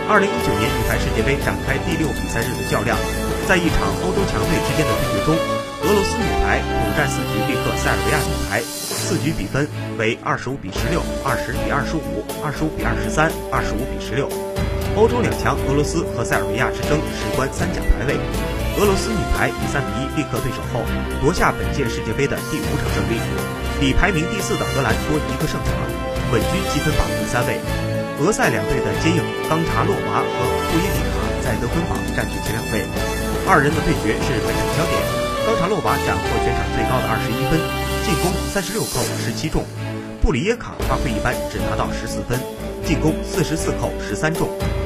2019年女排世界杯展开第6比赛日的较量，在一场欧洲强队之间的对决中，俄罗斯女排统战4局力克塞尔维亚女排，4局比分为25比16、20比25、25比23、25比16。欧洲两强俄罗斯和塞尔维亚之争事关3甲排位，俄罗斯女排以3比1力克对手后，夺下本届世界杯的第5场胜利，比排名第4的荷兰多1个胜场，稳居积分榜第3位。俄塞两队的接应冈察洛娃和布耶尼卡在得分榜占据前2位，二人的对决是本场焦点。冈察洛娃斩获全场最高的21分，进攻36扣17中；布里耶卡发挥一般，只拿到14分，进攻44扣13中。